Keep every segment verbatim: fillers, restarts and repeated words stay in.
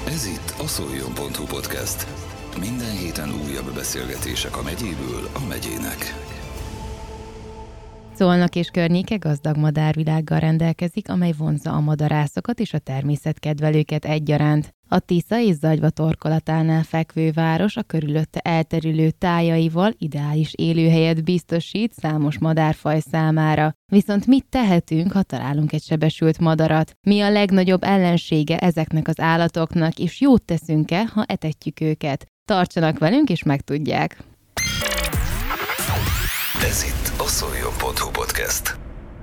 Ez itt a szóljon pont hu podcast. Minden héten újabb beszélgetések a megyéből a megyének. Szolnok és környéke gazdag madárvilággal rendelkezik, amely vonzza a madarászokat és a természetkedvelőket egyaránt. A Tisza és Zagyva torkolatánál fekvő város a körülötte elterülő tájaival ideális élőhelyet biztosít számos madárfaj számára. Viszont mit tehetünk, ha találunk egy sebesült madarat? Mi a legnagyobb ellensége ezeknek az állatoknak, és jót teszünk-e, ha etetjük őket? Tartsanak velünk, és megtudják! Ez itt a szóljon pont hu podcast.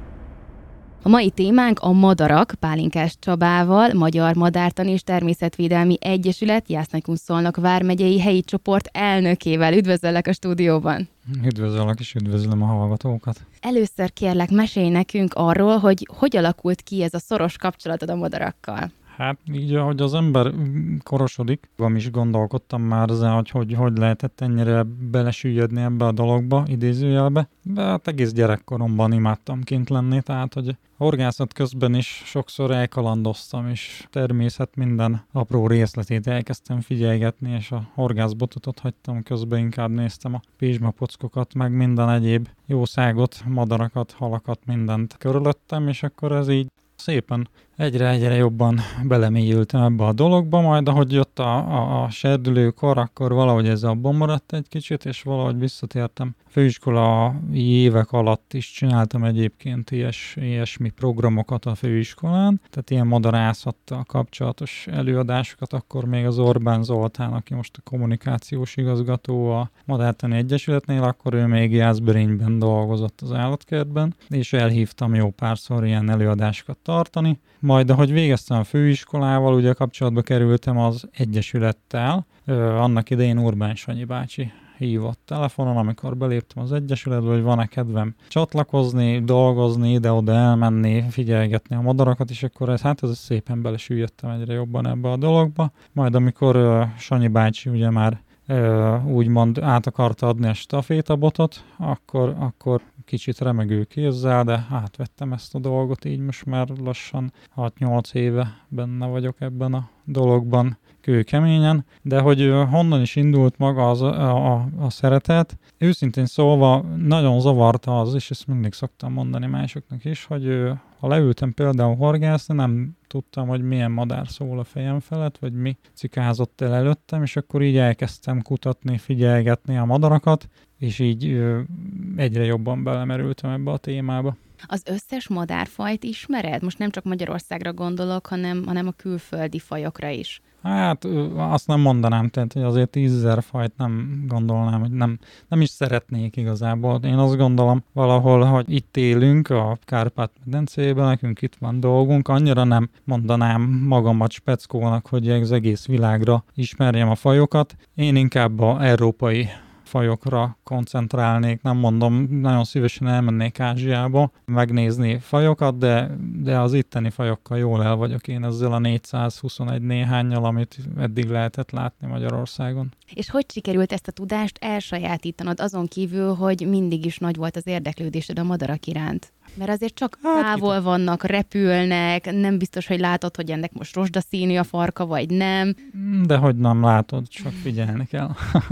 A mai témánk a madarak, Pálinkás Csabával, Magyar Madártani és Természetvédelmi Egyesület, Jász-Nagykun-Szolnok vármegyei helyi csoport elnökével. Üdvözöllek a stúdióban! Üdvözöllek és üdvözlöm a hallgatókat! Először kérlek, mesélj nekünk arról, hogy hogy alakult ki ez a szoros kapcsolatod a madarakkal. Hát így, ahogy az ember korosodik, van is gondolkodtam már ezen, hogy, hogy hogy lehetett ennyire belesüllyedni ebbe a dologba, idézőjelbe. De hát egész gyerekkoromban imádtam kint lenni, tehát hogy horgászat közben is sokszor elkalandoztam, és természet minden apró részletét elkezdtem figyelgetni, és a horgászbotot ott hagytam, közben inkább néztem a pézsmapockokat, meg minden egyéb jószágot, madarakat, halakat, mindent körülöttem, és akkor ez így szépen egyre-egyre jobban belemélyültem ebbe a dologba, majd ahogy jött a, a, a serdülőkor, akkor valahogy ez abban maradt egy kicsit, és valahogy visszatértem. Főiskola évek alatt is csináltam egyébként ilyes, ilyesmi programokat a főiskolán, tehát ilyen madarászattal kapcsolatos előadásokat, akkor még az Orbán Zoltán, aki most a kommunikációs igazgató a Madártani Egyesületnél, akkor ő még Jászberényben dolgozott az állatkertben, és elhívtam jó párszor ilyen előadásokat tartani. Majd ahogy végeztem a főiskolával, ugye kapcsolatba kerültem az Egyesülettel, ö, annak idején Urbán Sanyi bácsi hívott telefonon, amikor beléptem az Egyesületbe, hogy van-e kedvem csatlakozni, dolgozni, ide-oda elmenni, figyelgetni a madarakat, és akkor ez, hát ez szépen belesüllyedtem egyre jobban ebbe a dologba. Majd amikor ö, Sanyi bácsi ugye már ö, úgymond át akarta adni a stafétabotot, akkor, akkor kicsit remegő kézzel, de átvettem ezt a dolgot, így most már lassan hat-nyolc éve benne vagyok ebben a dologban, kőkeményen, de hogy honnan is indult maga az, a, a, a szeretet. Őszintén szólva nagyon zavarta az, és ezt mindig szoktam mondani másoknak is, hogy ha leültem például horgászni, nem tudtam, hogy milyen madár szól a fejem felett, vagy mi cikázott el előttem, és akkor így elkezdtem kutatni, figyelgetni a madarakat, és így ö, egyre jobban belemerültem ebbe a témába. Az összes madárfajt ismered? Most nem csak Magyarországra gondolok, hanem, hanem a külföldi fajokra is. Hát azt nem mondanám, tehát hogy azért tízezer fajt nem gondolnám, hogy nem, nem is szeretnék igazából. Én azt gondolom valahol, hogy itt élünk a Kárpát-medencében, nekünk itt van dolgunk, annyira nem mondanám magamat speckónak, hogy az egész világra ismerjem a fajokat. Én inkább az európai fajokra koncentrálnék, nem mondom, nagyon szívesen elmennék Ázsiába megnézni fajokat, de, de az itteni fajokkal jól el vagyok én ezzel a négyszázhuszonegy néhánnyal, amit eddig lehetett látni Magyarországon. És hogy sikerült ezt a tudást elsajátítanod, azon kívül, hogy mindig is nagy volt az érdeklődésed a madarak iránt? Mert azért csak hát, távol itt vannak, repülnek, nem biztos, hogy látod, hogy ennek most rozsdaszínű a farka, vagy nem. De hogy nem látod, csak figyelni kell.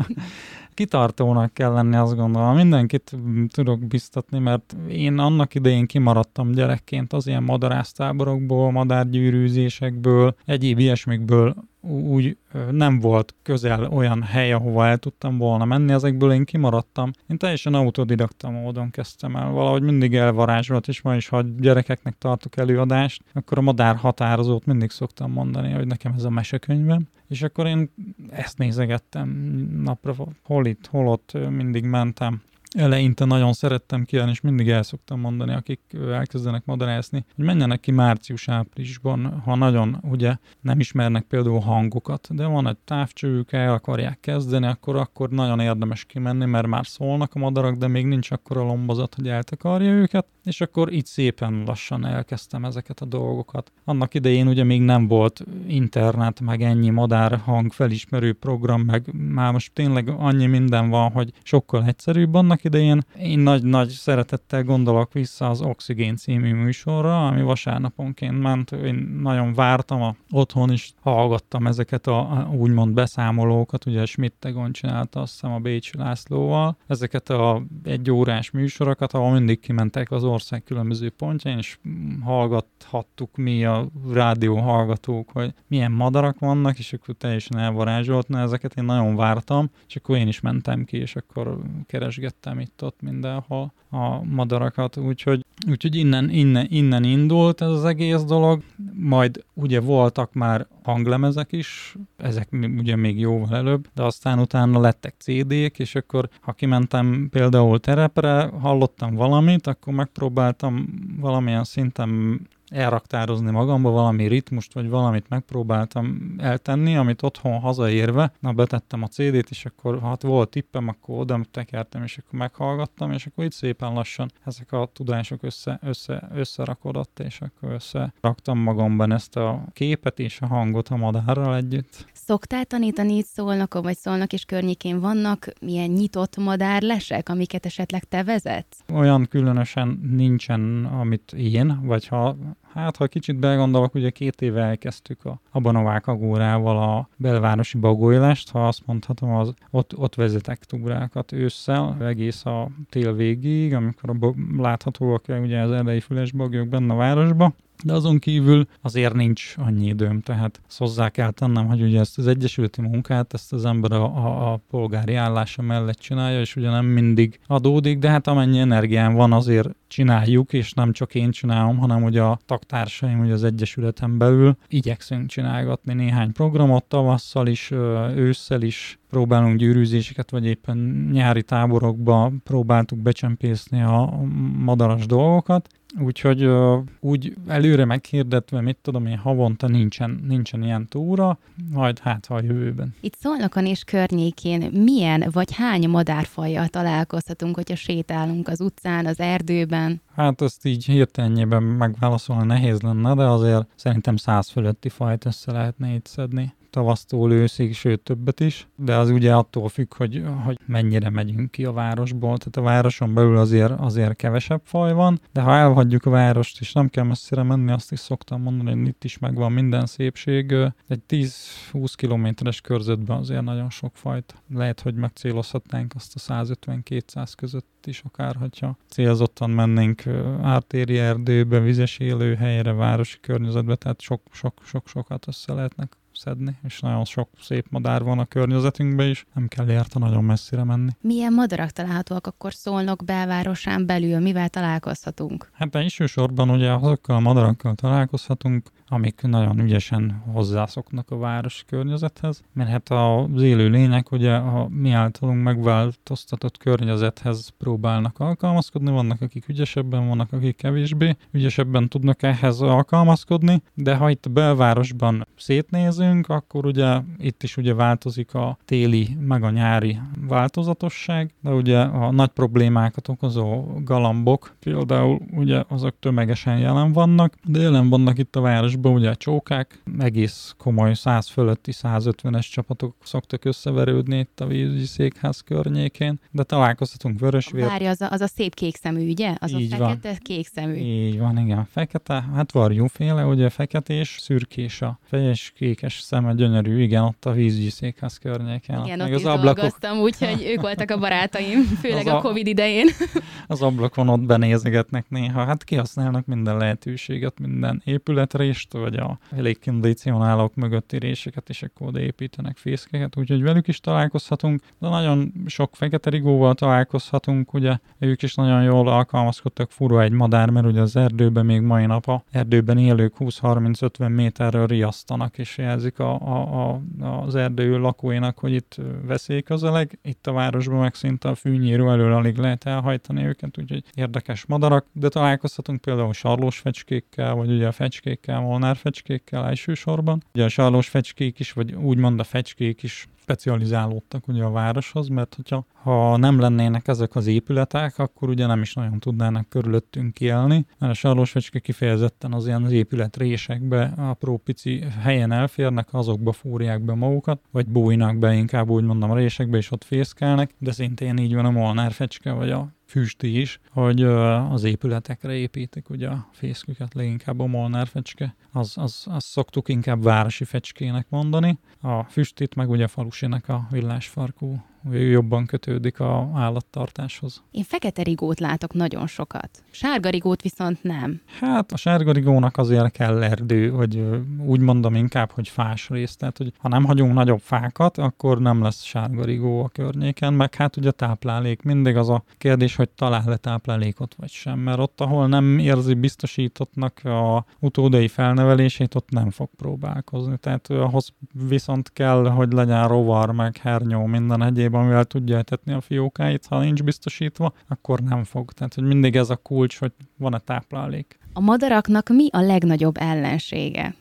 Kitartónak kell lenni, azt gondolom. Mindenkit tudok biztatni, mert én annak idején kimaradtam gyerekként az ilyen madárásztáborokból, madárgyűrűzésekből, egyéb ilyesmikből, úgy nem volt közel olyan hely, ahova el tudtam volna menni, ezekből én kimaradtam. Én teljesen autodidakta módon kezdtem el. Valahogy mindig elvarázsolt, és ma is, ha gyerekeknek tartok előadást, akkor a madár határozót mindig szoktam mondani, hogy nekem ez a mesekönyvem. És akkor én ezt nézegettem napra, hol itt, hol ott, mindig mentem. Eleinte nagyon szerettem kijönni, és mindig el szoktam mondani, akik elkezdenek madarászni, hogy menjenek ki március-áprilisban, ha nagyon ugye nem ismernek például hangokat, de van egy távcsőjük, el akarják kezdeni, akkor, akkor nagyon érdemes kimenni, mert már szólnak a madarak, de még nincs akkora lombozat, hogy eltakarja őket, és akkor így szépen lassan elkezdtem ezeket a dolgokat. Annak idején ugye még nem volt internet, meg ennyi madárhang felismerő program, meg már most tényleg annyi minden van, hogy sokkal egyszerűbb annak annak idején. Én nagy-nagy szeretettel gondolok vissza az Oxigén című műsorra, ami vasárnaponként ment. Én nagyon vártam, a, otthon is hallgattam ezeket a, a úgymond beszámolókat, ugye Schmidt Egon csinálta, azt hiszem, a Bécsi Lászlóval, ezeket a egy órás műsorokat, ahol mindig kimentek az ország különböző pontjain, és hallgathattuk mi a rádió hallgatók, hogy milyen madarak vannak, és akkor teljesen elvarázsolt, na ezeket én nagyon vártam, és akkor én is mentem ki, és akkor keresgettem itt-ott mindenhol a madarakat, úgyhogy, úgyhogy innen, innen, innen indult ez az egész dolog, majd ugye voltak már hanglemezek is, ezek ugye még jóval előbb, de aztán utána lettek cé dék, és akkor ha kimentem például terepre, hallottam valamit, akkor megpróbáltam valamilyen szinten elraktározni magamba valami ritmust, vagy valamit megpróbáltam eltenni, amit otthon hazaérve, na betettem a cé dét, és akkor hát volt tippem, akkor oda tekertem, és akkor meghallgattam, és akkor itt szépen lassan ezek a tudások össze, össze, összerakodott, és akkor összeraktam magamban ezt a képet és a hangot a madárral együtt. Szoktál tanítani itt Szolnokon, vagy Szolnok és környékén vannak milyen nyitott madárlesek, amiket esetleg te vezetsz? Olyan különösen nincsen, amit én, vagy ha Hát, ha kicsit belegondolok, ugye két éve elkezdtük a, abban a Vákagórával a belvárosi bagólylást, ha azt mondhatom, az, ott, ott vezetek túrákat ősszel, egész a tél végéig, amikor a, láthatóak ugye az erdei füles bagyok benne a városba. De azon kívül azért nincs annyi időm, tehát azt hozzá kell tennem, hogy ugye ezt az egyesületi munkát, ezt az ember a, a, a polgári állása mellett csinálja, és ugye nem mindig adódik, de hát amennyi energián van, azért csináljuk, és nem csak én csinálom, hanem ugye a tagtársaim ugye az egyesületen belül igyekszünk csinálgatni néhány programot, tavasszal is, ősszel is próbálunk gyűrűzéseket, vagy éppen nyári táborokba próbáltuk becsempészni a madaras dolgokat. Úgyhogy uh, úgy előre meghirdetve, mit tudom én, havonta nincsen, nincsen ilyen túra, majd hát ha a jövőben. Itt Szolnokon és környékén milyen vagy hány madárfajjal találkozhatunk, hogyha sétálunk az utcán, az erdőben? Hát ezt így hirtelenjében megválaszolni nehéz lenne, de azért szerintem száz fölötti fajt össze lehetne itt szedni. Tavasztól őszig, sőt többet is, de az ugye attól függ, hogy, hogy mennyire megyünk ki a városból, tehát a városon belül azért, azért kevesebb faj van, de ha elhagyjuk a várost és nem kell messzire menni, azt is szoktam mondani, hogy itt is megvan minden szépség, egy tíz-húsz kilométeres körzetben azért nagyon sok fajt. Lehet, hogy megcélozhatnánk azt a száz ötven-kétszáz között is akár, hogyha célzottan mennénk ártéri erdőbe, vizes élőhelyre, városi környezetbe, tehát sok-sok-sokat össze lehetnek szedni, és nagyon sok szép madár van a környezetünkben is, nem kell érte nagyon messzire menni. Milyen madarak találhatóak akkor Szolnok belvárosán belül, mivel találkozhatunk? Hát elsősorban ugye azokkal a madarakkal találkozhatunk, amik nagyon ügyesen hozzászoknak a városi környezethez, mert hát az élő lények ugye a mi általunk megváltoztatott környezethez próbálnak alkalmazkodni, vannak akik ügyesebben, vannak akik kevésbé ügyesebben tudnak ehhez alkalmazkodni, de ha itt a belvárosban szétnézünk, akkor ugye itt is ugye változik a téli meg a nyári változatosság, de ugye a nagy problémákat okozó galambok például ugye azok tömegesen jelen vannak, de jelen vannak itt a városban ugye a csókák, egész komoly száz fölötti száz ötvenes csapatok szoktak összeverődni itt a vízügyi székház környékén, de találkozhatunk vörösvér. Várja, az a, az a szép kék szemű, ugye? Az így a fekete van. Kék szemű. Így van, igen. Fekete, hát varjúféle, ugye feketés, szürkés a fejes, kékes szeme, gyönyörű, igen, ott a vízügyi székház környéken. Igen, ott, ott is ablakok... dolgoztam, úgyhogy ők voltak a barátaim, főleg a, a Covid idején. Az ablakon ott benézegetnek néha, hát kihasználnak minden lehetőséget, minden épületrést, vagy a légkondicionálók mögötti réseket, és akkor oda építenek fészkeket, úgyhogy velük is találkozhatunk, de nagyon sok fekete rigóval találkozhatunk, ugye ők is nagyon jól alkalmazkodtak, fura egy madár, mert ugye az erdőben még mai nap a erdőben élők húsz-harminc-ötven méterről riasztanak, és jelzik a, a, a, az erdő lakóinak, hogy itt veszély közeleg, itt a városban meg szinte a fűnyíró elől alig lehet elhajtani őket, úgyhogy érdekes madarak, de találkozhatunk például sarlós fecskékkel, vagy ugye a fecskékkel, molnárfecskékkel elsősorban. Ugye a sarlós fecskék is, vagy úgymond a fecskék is specializálódtak ugye a városhoz, mert hogyha ha nem lennének ezek az épületek, akkor ugye nem is nagyon tudnának körülöttünk élni, mert a sarlós fecske kifejezetten az ilyen az épületrésekbe apró pici helyen elférnek, férnek, azokba fúrják be magukat, vagy bújnak be, inkább úgy mondom, résekbe, és ott fészkelnek, de szintén így van a molnárfecske, vagy a füsti is, hogy az épületekre építik ugye a fészküket, leginkább a molnárfecske. Az, az, az szoktuk inkább városi fecskének mondani. A füstit meg ugye falusinak a villásfarkú, jobban kötődik a állattartáshoz. Én fekete rigót látok nagyon sokat. Sárga rigót viszont nem. Hát a sárga rigónak azért kell erdő, vagy úgy mondom inkább, hogy fás rész. Tehát, hogy ha nem hagyunk nagyobb fákat, akkor nem lesz sárga rigó a környéken, meg hát ugye táplálék. Mindig az a kérdés, hogy talál-e táplálékot vagy sem, mert ott, ahol nem érzi biztosítottnak a utódai felnevelését, ott nem fog próbálkozni. Tehát ahhoz viszont kell, hogy legyen rovar, meg hernyó, minden egyéb, amivel tudja etetni a fiókáit. Ha nincs biztosítva, akkor nem fog. Tehát, hogy mindig ez a kulcs, hogy van-e táplálék. A madaraknak mi a legnagyobb ellensége?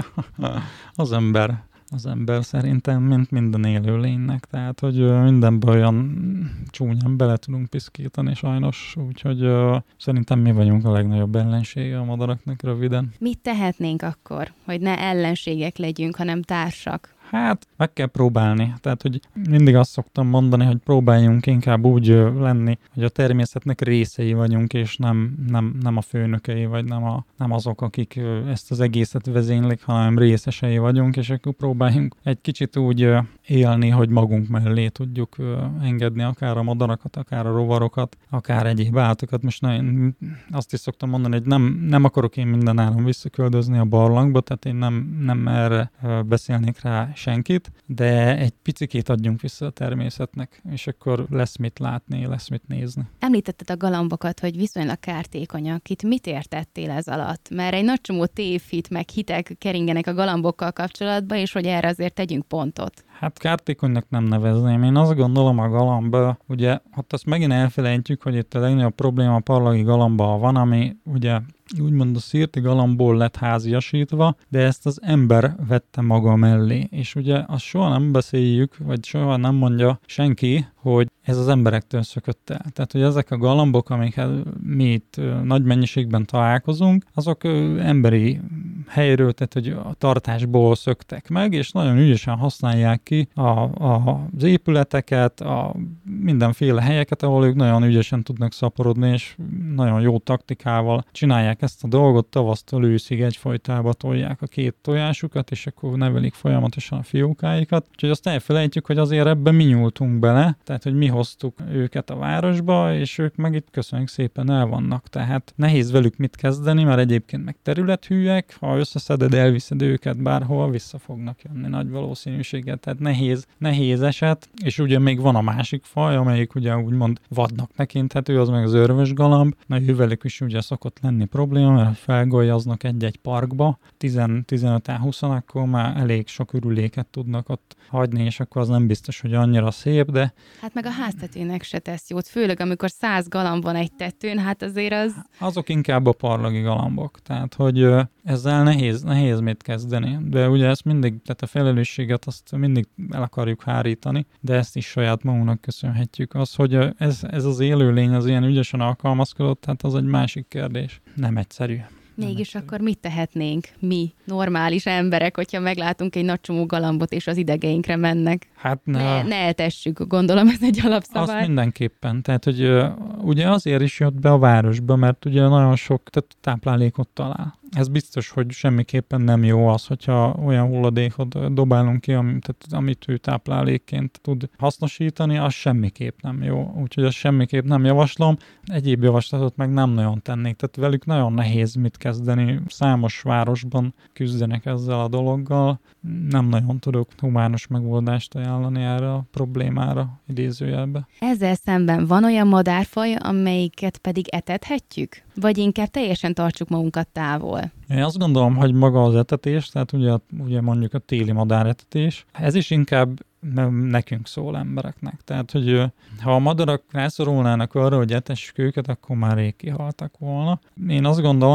Az ember. Az ember szerintem, mint minden élőlénynek. Tehát, hogy mindenben olyan csúnyán bele tudunk piszkítani sajnos, úgyhogy uh, szerintem mi vagyunk a legnagyobb ellensége a madaraknak röviden. Mit tehetnénk akkor, hogy ne ellenségek legyünk, hanem társak? Hát, meg kell próbálni. Tehát, hogy mindig azt szoktam mondani, hogy próbáljunk inkább úgy lenni, hogy a természetnek részei vagyunk, és nem, nem, nem a főnökei, vagy nem, a, nem azok, akik ezt az egészet vezénylik, hanem részesei vagyunk, és akkor próbáljunk egy kicsit úgy élni, hogy magunk mellé tudjuk engedni akár a madarakat, akár a rovarokat, akár egyéb állatokat. Most nagyon, azt is szoktam mondani, hogy nem, nem akarok én mindenáron visszaköldözni a barlangba, tehát én nem, nem erre beszélnék rá senkit, de egy picikét adjunk vissza a természetnek, és akkor lesz mit látni, lesz mit nézni. Említetted a galambokat, hogy viszonylag kártékonyak. Itt mit értettél ez alatt? Mert egy nagy csomó tévhit meg hitek keringenek a galambokkal kapcsolatban, és hogy erre azért tegyünk pontot. Hát kártékonynak nem nevezném. Én azt gondolom a galamb, ugye, hát azt megint elfelejtjük, hogy itt a legnagyobb probléma a parlagi galambal van, ami ugye úgymond a szirti galambból lett háziasítva, de ezt az ember vette maga mellé. És ugye azt soha nem beszéljük, vagy soha nem mondja senki, hogy ez az emberektől szökött el. Tehát, hogy ezek a galambok, amiket mi itt nagy mennyiségben találkozunk, azok emberi helyről, tehát hogy a tartásból szöktek meg, és nagyon ügyesen használják ki a, a, az épületeket, a mindenféle helyeket, ahol ők nagyon ügyesen tudnak szaporodni, és nagyon jó taktikával csinálják ezt a dolgot, tavasztól őszig egyfolytában tolják a két tojásukat, és akkor nevelik folyamatosan a fiókáikat. Úgyhogy azt elfelejtjük, hogy azért ebben mi nyúltunk bele, tehát hogy mi hoztuk őket a városba, és ők meg itt köszönjük szépen el vannak. Tehát nehéz velük mit kezdeni, mert egyébként meg területhűek, ha összeszeded, elviszed őket bárhol, vissza fognak jönni nagy valószínűséggel. Tehát nehéz, nehéz eset, és ugye még van a másik faj, amelyik ugye úgymond vadnak tekinthető, az meg az örvös galamb. Na ővelük is ugye szokott lenni probléma, mert felgolyaznak egy-egy parkba, tíz-tizenöt-húsz, akkor már elég sok ürüléket tudnak ott hagyni, és akkor az nem biztos, hogy annyira szép, de... Hát meg a háztetőnek se tesz jót, főleg amikor száz galamb van egy tetőn, hát azért az... Azok inkább a parlagi galambok, tehát hogy ezzel nehéz, nehéz mit kezdeni, de ugye ezt mindig, tehát a felelősséget azt mindig el akarjuk hárítani, de ezt is saját magunknak köszönhetjük. Az, hogy ez, ez az élőlény az ilyen ügyesen alkalmazkodott, hát az egy másik kérdés. Nem egyszerű. Mégis akkor mit tehetnénk mi, normális emberek, hogyha meglátunk egy nagy csomó galambot, és az idegeinkre mennek? Hát ne, ne, ne eltessük, gondolom, ez egy alapszabály. Azt mindenképpen. Tehát, hogy uh, ugye azért is jött be a városba, mert ugye nagyon sok tehát táplálékot talál. Ez biztos, hogy semmiképpen nem jó az, hogyha olyan hulladékot dobálunk ki, amit, tehát, amit ő táplálékként tud hasznosítani, az semmiképp nem jó. Úgyhogy azt semmiképp nem javaslom. Egyéb javaslatot meg nem nagyon tennék. Tehát velük nagyon nehéz mit kezdeni. Számos városban küzdenek ezzel a dologgal. Nem nagyon tudok humános megoldást ajánlani erre a problémára, idézőjelbe. Ezzel szemben van olyan madárfaj, amelyiket pedig etethetjük? Vagy inkább teljesen tartsuk magunkat távol? Én azt gondolom, hogy maga az etetés, tehát ugye, ugye mondjuk a téli madáretetés, ez is inkább nekünk szól embereknek. Tehát, hogy ha a madarak rászorulnának arra, hogy etessük őket, akkor már rég kihaltak volna. Én azt gondolom, hogy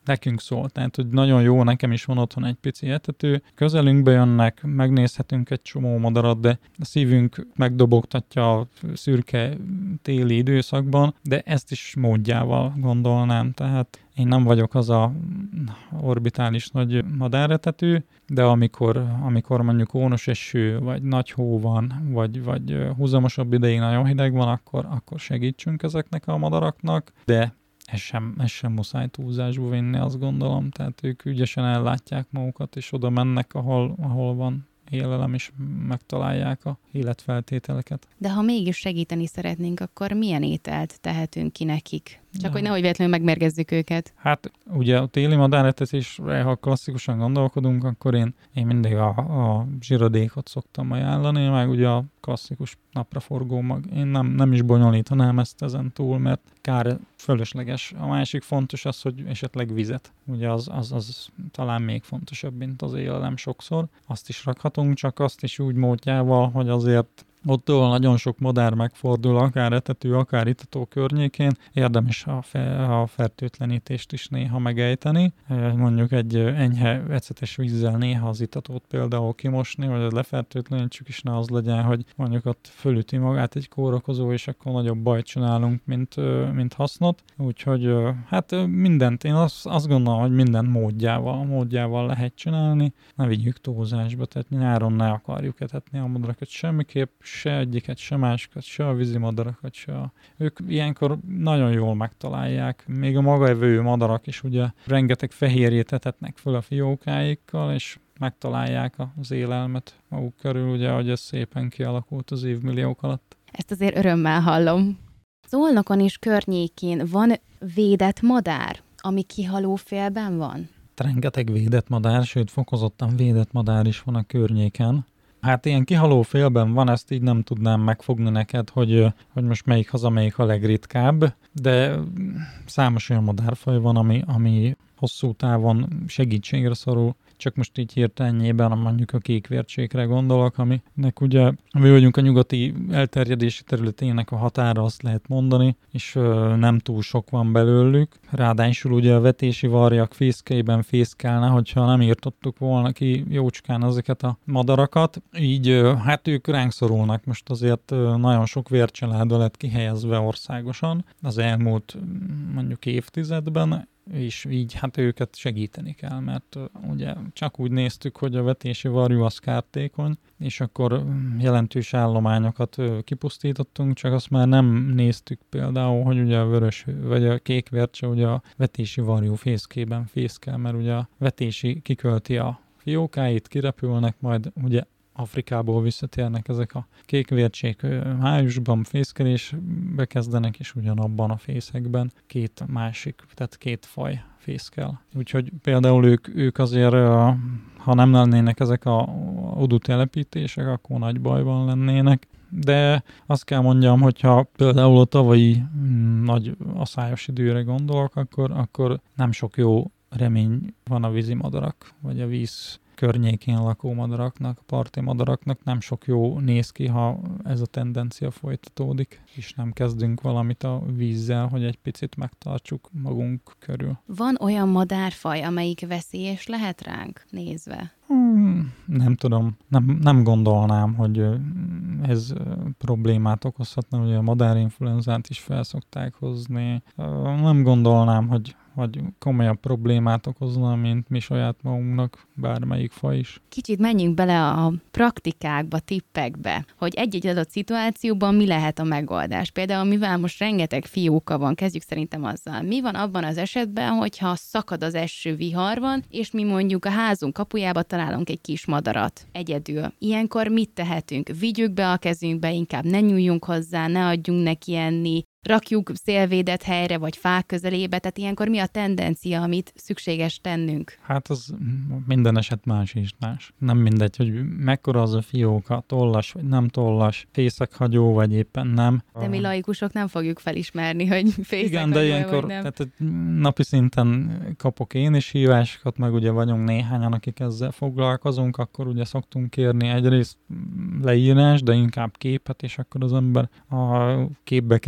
nekünk szól. Tehát, hogy nagyon jó, nekem is van otthon egy pici etető, közelünkbe jönnek, megnézhetünk egy csomó madarat, de a szívünk megdobogtatja a szürke téli időszakban, de ezt is módjával gondolnám. Tehát én nem vagyok az a orbitális nagy madáretető, de amikor, amikor mondjuk ónos eső, vagy nagy hó van, vagy, vagy húzamosabb ideig nagyon hideg van, akkor, akkor segítsünk ezeknek a madaraknak, de ez sem, ez sem muszáj túlzásba vinni, azt gondolom. Tehát ők ügyesen ellátják magukat, és oda mennek, ahol, ahol van élelem, és megtalálják a életfeltételeket. De ha mégis segíteni szeretnénk, akkor milyen ételt tehetünk ki nekik? Csak ja. hogy nehogy véletlenül megmérgezzük őket. Hát ugye a téli madáretetésre, ha klasszikusan gondolkodunk, akkor én, én mindig a, a zsiradékot szoktam ajánlani, meg ugye a klasszikus napraforgó mag. Én nem, nem is bonyolítanám ezt ezen túl, mert kár fölösleges. A másik fontos az, hogy esetleg vizet. Ugye az, az, az talán még fontosabb, mint az élelem sokszor. Azt is rakhatunk, csak azt is úgy módjával, hogy azért ott, ahol nagyon sok madár megfordul, akár etető, akár itató környékén, érdemes a, fe, a fertőtlenítést is néha megejteni. Mondjuk egy enyhe ecetes vízzel néha az itatót például kimosni, vagy lefertőtlenítsük, és ne az legyen, hogy mondjuk ott fölüti magát egy kórokozó, és akkor nagyobb bajt csinálunk, mint, mint hasznot. Úgyhogy hát mindent, én azt, azt gondolom, hogy mindent módjával, módjával lehet csinálni. Ne vigyük túlzásba, tehát nyáron ne akarjuk etetni a madarakat semmiképp, se egyiket, se másikat, se a vízimadarakat, se a... Ők ilyenkor nagyon jól megtalálják. Még a magavevő madarak is ugye rengeteg fehérjét etetnek föl a fiókáikkal, és megtalálják az élelmet maguk körül, ugye, hogy ez szépen kialakult az évmilliók alatt. Ezt azért örömmel hallom. Szolnokon és környékén van védett madár, ami kihaló félben van? Rengeteg védett madár, sőt fokozottan védett madár is van a környéken. Hát ilyen kihaló félben van, ezt így nem tudnám megfogni neked, hogy, hogy most melyik haza, melyik a legritkább, de számos olyan madárfaj van, ami, ami hosszú távon segítségre szorul. Csak most így hirtelenjében mondjuk a kékvércsékre gondolok, aminek ugye mi vagyunk a nyugati elterjedési területének a határa, azt lehet mondani, és ö, nem túl sok van belőlük. Ráadásul ugye a vetési varjak fészkeiben fészkelne, hogyha nem írtottuk volna ki jócskán ezeket a madarakat. Így ö, hát ők ránk szorulnak. Most azért ö, nagyon sok vércsalád lett kihelyezve országosan az elmúlt mondjuk évtizedben, és így hát őket segíteni kell, mert uh, ugye csak úgy néztük, hogy a vetési varjú az kártékony, és akkor jelentős állományokat uh, kipusztítottunk, csak azt már nem néztük például, hogy ugye a vörös vagy a kék vércse ugye a vetési varjú fészkében fészkel, mert ugye a vetési kikölti a fiókáit, kirepülnek, majd ugye Afrikából visszatérnek ezek a kékvércsék májusban fészkelésbe kezdenek, és ugyanabban a fészekben két másik, tehát két faj fészkel. Úgyhogy például ők, ők azért, ha nem lennének ezek a odú telepítések, akkor nagy bajban lennének. De azt kell mondjam, hogyha például a tavalyi mm, nagy aszályos időre gondolok, akkor, akkor nem sok jó remény van a vízimadarak, vagy a víz környékén lakó madaraknak, a parti madaraknak nem sok jó néz ki, ha ez a tendencia folytatódik, és nem kezdünk valamit a vízzel, hogy egy picit megtartsuk magunk körül. Van olyan madárfaj, amelyik veszélyes lehet ránk nézve? Hmm, nem tudom, nem, nem gondolnám, hogy ez problémát okozhatna, ugye a madárinfluenzát is felszokták hozni. Nem gondolnám, hogy vagy komolyabb problémát okozna, mint mi saját magunknak, bármelyik faj is. Kicsit menjünk bele a praktikákba, tippekbe, hogy egy-egy adott szituációban mi lehet a megoldás. Például, mivel most rengeteg fióka van, kezdjük szerintem azzal. Mi van abban az esetben, hogyha szakad az eső, vihar van, és mi mondjuk a házunk kapujába találunk egy kis madarat egyedül. Ilyenkor mit tehetünk? Vigyük be a kezünkbe, inkább ne nyúljunk hozzá, ne adjunk neki enni, rakjuk szélvédett helyre, vagy fák közelébe, tehát ilyenkor mi a tendencia, amit szükséges tennünk? Hát az minden eset más és más. Nem mindegy, hogy mekkora az a fióka, tollas vagy nem tollas, fészekhagyó vagy éppen nem. De mi laikusok nem fogjuk felismerni, hogy fészekhagyó igen, de ilyenkor, vagy nem. Tehát napi szinten kapok én is hívásokat, meg ugye vagyunk néhányan, akik ezzel foglalkozunk, akkor ugye szoktunk kérni egyrészt leírás, de inkább képet, és akkor az ember a képbe kerül, hogy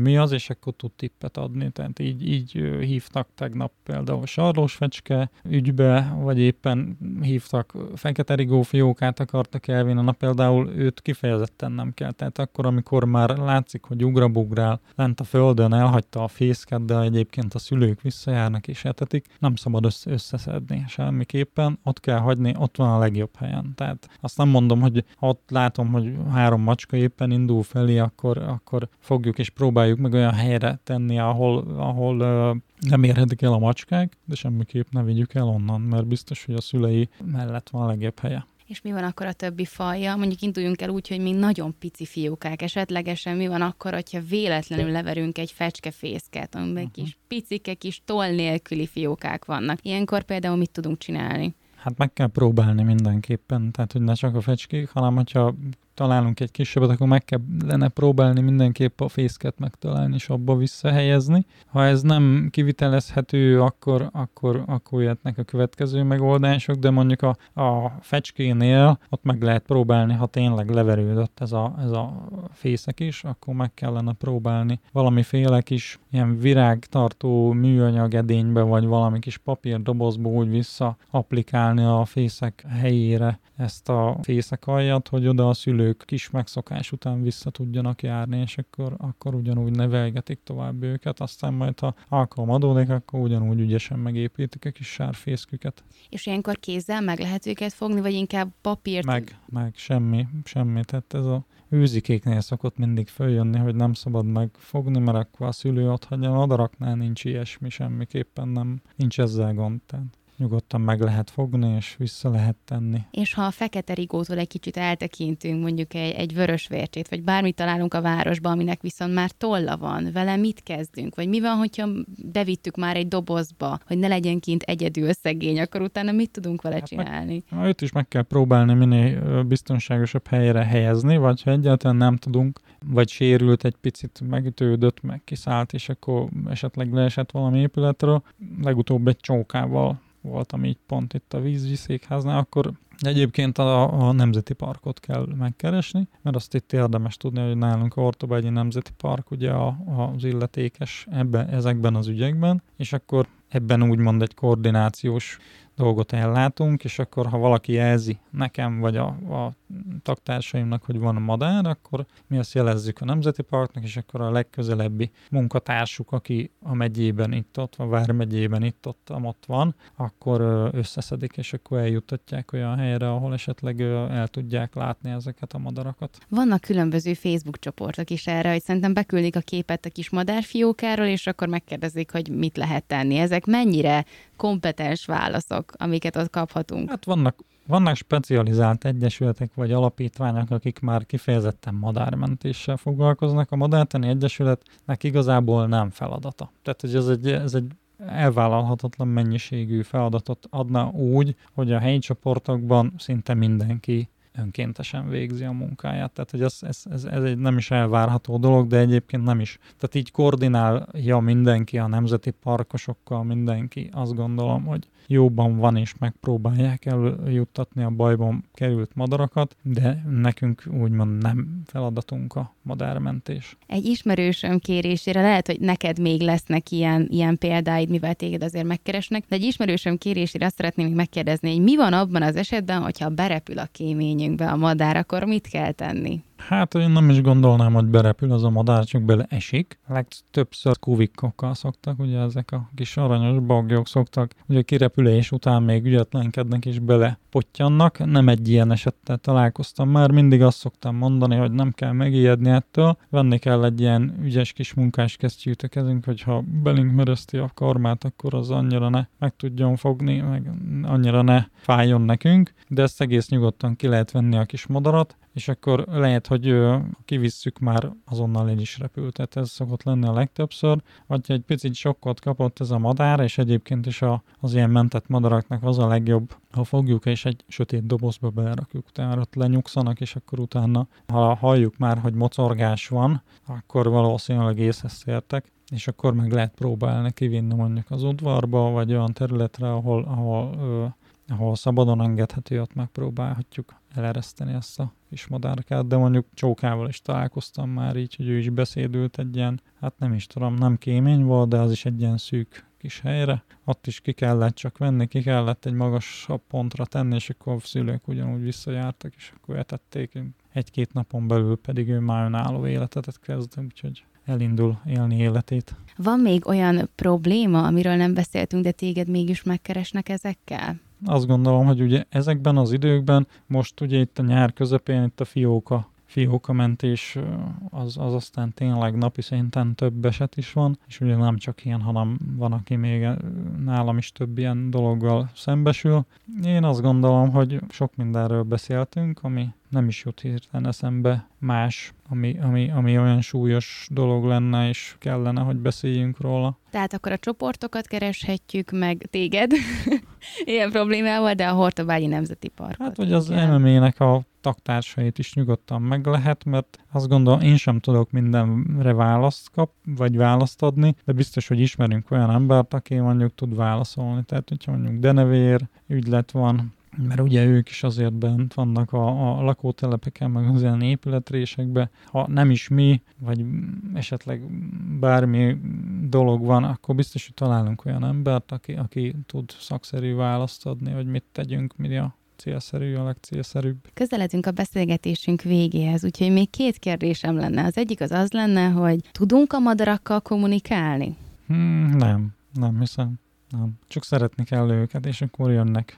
mi az, és akkor tud tippet adni. Tehát így, így hívtak tegnap például sarlós fecske ügybe, vagy éppen hívtak fekete rigó fiókát akartak elvinni, na például őt kifejezetten nem kell. Tehát akkor, amikor már látszik, hogy ugrabugrál lent a földön, elhagyta a fészket, de egyébként a szülők visszajárnak és etetik, nem szabad össze- összeszedni semmiképpen, ott kell hagyni, ott van a legjobb helyen. Tehát azt nem mondom, hogy ha ott látom, hogy három macska éppen indul felé, akkor, akkor fogjuk és próbáljuk meg olyan helyre tenni, ahol, ahol uh, nem érhetik el a macskák, de semmiképp ne vigyük el onnan, mert biztos, hogy a szülei mellett van a legjobb helye. És mi van akkor a többi fajja? Mondjuk induljunk el úgy, hogy még nagyon pici fiókák, esetlegesen mi van akkor, hogyha véletlenül leverünk egy fecskefészket, amiben uh-huh. kis picike, kis toll nélküli fiókák vannak. Ilyenkor például mit tudunk csinálni? Hát meg kell próbálni mindenképpen, tehát hogy ne csak a fecskék, hanem hogyha találunk egy kisebbet, akkor meg kellene próbálni mindenképp a fészket megtalálni és abba visszahelyezni. Ha ez nem kivitelezhető, akkor, akkor, akkor jöhetnek a következő megoldások, de mondjuk a, a fecskénél ott meg lehet próbálni, ha tényleg leverődött ez a, ez a fészek is, akkor meg kellene próbálni valamiféle kis ilyen virágtartó műanyag edénybe, vagy valami kis papírdobozba úgy vissza applikálni a fészek helyére ezt a fészekaljat, hogy oda a szülők kis megszokás után vissza tudjanak járni, és akkor, akkor ugyanúgy nevelgetik tovább őket, aztán majd ha alkalom adódik, akkor ugyanúgy ügyesen megépítik a kis sárfészküket. És ilyenkor kézzel meg lehet őket fogni, vagy inkább papírt? Meg, meg, semmi, semmi. Tehát ez a őzikéknél szokott mindig följönni, hogy nem szabad megfogni, mert akkor a szülő ott hagyja, a madaraknál nincs ilyesmi, semmiképpen nem, nincs ezzel gond. Tehát nyugodtan meg lehet fogni, és vissza lehet tenni. És ha a fekete rigótól egy kicsit eltekintünk, mondjuk egy, egy vörös vércsét, vagy bármit találunk a városba, aminek viszont már tolla van, vele mit kezdünk? Vagy mi van, hogyha bevittük már egy dobozba, hogy ne legyen kint egyedül szegény, akkor utána mit tudunk vele hát csinálni? Meg, őt is meg kell próbálni minél biztonságosabb helyre helyezni, vagy ha egyáltalán nem tudunk, vagy sérült egy picit, megütődött, meg kiszállt, és akkor esetleg leesett valami épületről, legutóbb egy csókával voltam így pont itt a vízviszékháznál, akkor egyébként a, a Nemzeti Parkot kell megkeresni, mert azt itt érdemes tudni, hogy nálunk a Ortobágyi Nemzeti Park ugye a, az illetékes ebben, ezekben az ügyekben, és akkor ebben úgymond egy koordinációs dolgot ellátunk, és akkor ha valaki jelzi nekem, vagy a, a taktársaimnak, hogy van a madár, akkor mi azt jelezzük a Nemzeti Parknak, és akkor a legközelebbi munkatársuk, aki a megyében itt-ott, a vármegyében itt-ott, ott van, akkor összeszedik, és akkor eljuttatják olyan helyre, ahol esetleg el tudják látni ezeket a madarakat. Vannak különböző Facebook csoportok is erre, hogy szerintem beküldik a képet a kis madárfiókáról, és akkor megkérdezik, hogy mit lehet tenni. Ezek mennyire kompetens válaszok, amiket ott kaphatunk? Hát vannak, vannak specializált egyesületek vagy alapítványok, akik már kifejezetten madármentéssel foglalkoznak. A Madártani Egyesületnek igazából nem feladata. Tehát, hogy ez egy, ez egy elvállalhatatlan mennyiségű feladatot adna úgy, hogy a helyi csoportokban szinte mindenki önkéntesen végzi a munkáját. Tehát, hogy ez, ez, ez, ez egy nem is elvárható dolog, de egyébként nem is. Tehát így koordinálja mindenki a nemzeti parkosokkal, mindenki. Azt gondolom, hogy jóban van, és megpróbálják eljuttatni a bajban került madarakat, de nekünk úgymond nem feladatunk a madármentés. Egy ismerősöm kérésére, lehet, hogy neked még lesznek ilyen, ilyen példáid, mivel téged azért megkeresnek, de egy ismerősöm kérésére azt szeretném még megkérdezni, hogy mi van abban az esetben, hogyha berepül a kéményünkbe a madár, akkor mit kell tenni? Hát én nem is gondolnám, hogy berepül az a madár, csak bele esik. Legtöbbször kuvikokkal szoktak, ugye ezek a kis aranyos bagyok szoktak, ugye kirepülés után még ügyetlenkednek és bele pottyannak. Nem egy ilyen esettel találkoztam már, mindig azt szoktam mondani, hogy nem kell megijedni ettől. Venni kell egy ilyen ügyes kis munkáskesztyűt a kezünk, hogyha belünk mereszti a karmát, akkor az annyira ne meg tudjon fogni, meg annyira ne fájjon nekünk, de ezt egész nyugodtan ki lehet venni a kis madarat, és akkor lehet, hogy ö, kivisszük, már azonnal el is repült. Tehát ez szokott lenni a legtöbbször. Vagy egy picit sokkot kapott ez a madár, és egyébként is a, az ilyen mentett madaraknak az a legjobb, ha fogjuk és egy sötét dobozba belerakjuk. Tehát ott lenyugszanak, és akkor utána, ha halljuk már, hogy mocorgás van, akkor valószínűleg észhez értek, és akkor meg lehet próbálni kivinni mondjuk az udvarba, vagy olyan területre, ahol, ahol ö, ahol szabadon engedhető, ott megpróbálhatjuk elereszteni ezt a kis madárkát, de mondjuk Csókával is találkoztam már így, hogy ő is beszédült egy ilyen, hát nem is tudom, nem kémény volt, de az is egy ilyen szűk kis helyre. Ott is ki kellett csak venni, ki kellett egy magasabb pontra tenni, és akkor a szülők ugyanúgy visszajártak, és akkor etették. Egy-két napon belül pedig ő már önálló életet kezd, úgyhogy elindul élni életét. Van még olyan probléma, amiről nem beszéltünk, de téged mégis megkeresnek ezekkel? Azt gondolom, hogy ugye ezekben az időkben, most ugye itt a nyár közepén, itt a fióka, fiókamentés, az, az aztán tényleg napi szinten több eset is van, és ugye nem csak ilyen, hanem van, aki még nálam is több ilyen dologgal szembesül. Én azt gondolom, hogy sok mindenről beszéltünk, ami nem is jut hirtelen eszembe más, ami, ami, ami olyan súlyos dolog lenne, és kellene, hogy beszéljünk róla. Tehát akkor a csoportokat kereshetjük, meg téged ilyen problémával, de a Hortobágyi Nemzeti Parkot. Hát, vagy az em em á-nek a tagtársait is nyugodtan meg lehet, mert azt gondolom, én sem tudok mindenre választ kap, vagy választ adni, de biztos, hogy ismerünk olyan embert, aki mondjuk tud válaszolni. Tehát, hogyha mondjuk denevér ügylet van, mert ugye ők is azért bent vannak a, a lakótelepeken, meg az ilyen épületrésekben. Ha nem is mi, vagy esetleg bármi dolog van, akkor biztos, hogy találunk olyan embert, aki, aki tud szakszerű választ adni, hogy mit tegyünk, mi a célszerű, a legcélszerűbb. Közeledünk a beszélgetésünk végéhez, úgyhogy még két kérdésem lenne. Az egyik az az lenne, hogy tudunk a madarakkal kommunikálni? Hmm, nem, nem hiszem. Nem. Csak szeretni kell őket, és akkor jönnek.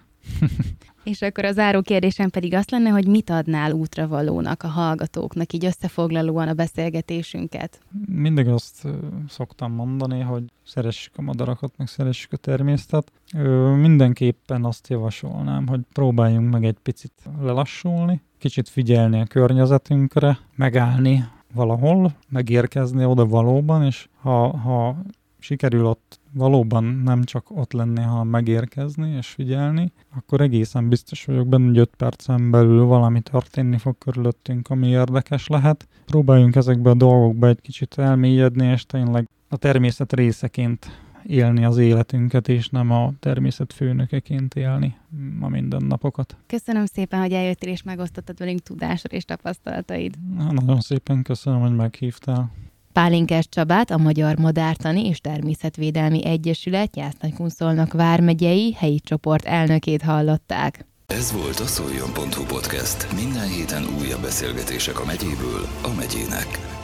És akkor a záró kérdésem pedig azt lenne, hogy mit adnál útravalónak a hallgatóknak, így összefoglalóan a beszélgetésünket? Mindig azt szoktam mondani, hogy szeressük a madarakat, meg szeressük a természetet. Mindenképpen azt javasolnám, hogy próbáljunk meg egy picit lelassulni, kicsit figyelni a környezetünkre, megállni valahol, megérkezni oda valóban, és ha, ha sikerül ott valóban nem csak ott lenni, hanem megérkezni és figyelni, akkor egészen biztos vagyok benne, hogy öt percen belül valami történni fog körülöttünk, ami érdekes lehet. Próbáljunk ezekbe a dolgokba egy kicsit elmélyedni, és tényleg a természet részeként élni az életünket, és nem a természet főnökeként élni a mindennapokat. Köszönöm szépen, hogy eljöttél és megosztottad velünk tudásod és tapasztalataid. Na, nagyon szépen köszönöm, hogy meghívtál. Pálinkás Csabát, a Magyar Madártani és Természetvédelmi Egyesület Jász-Nagykunszolnok vármegyei helyi csoport elnökét hallották. Ez volt a Szoljon pont hu podcast. Minden héten újabb beszélgetések a megyéből a megyének.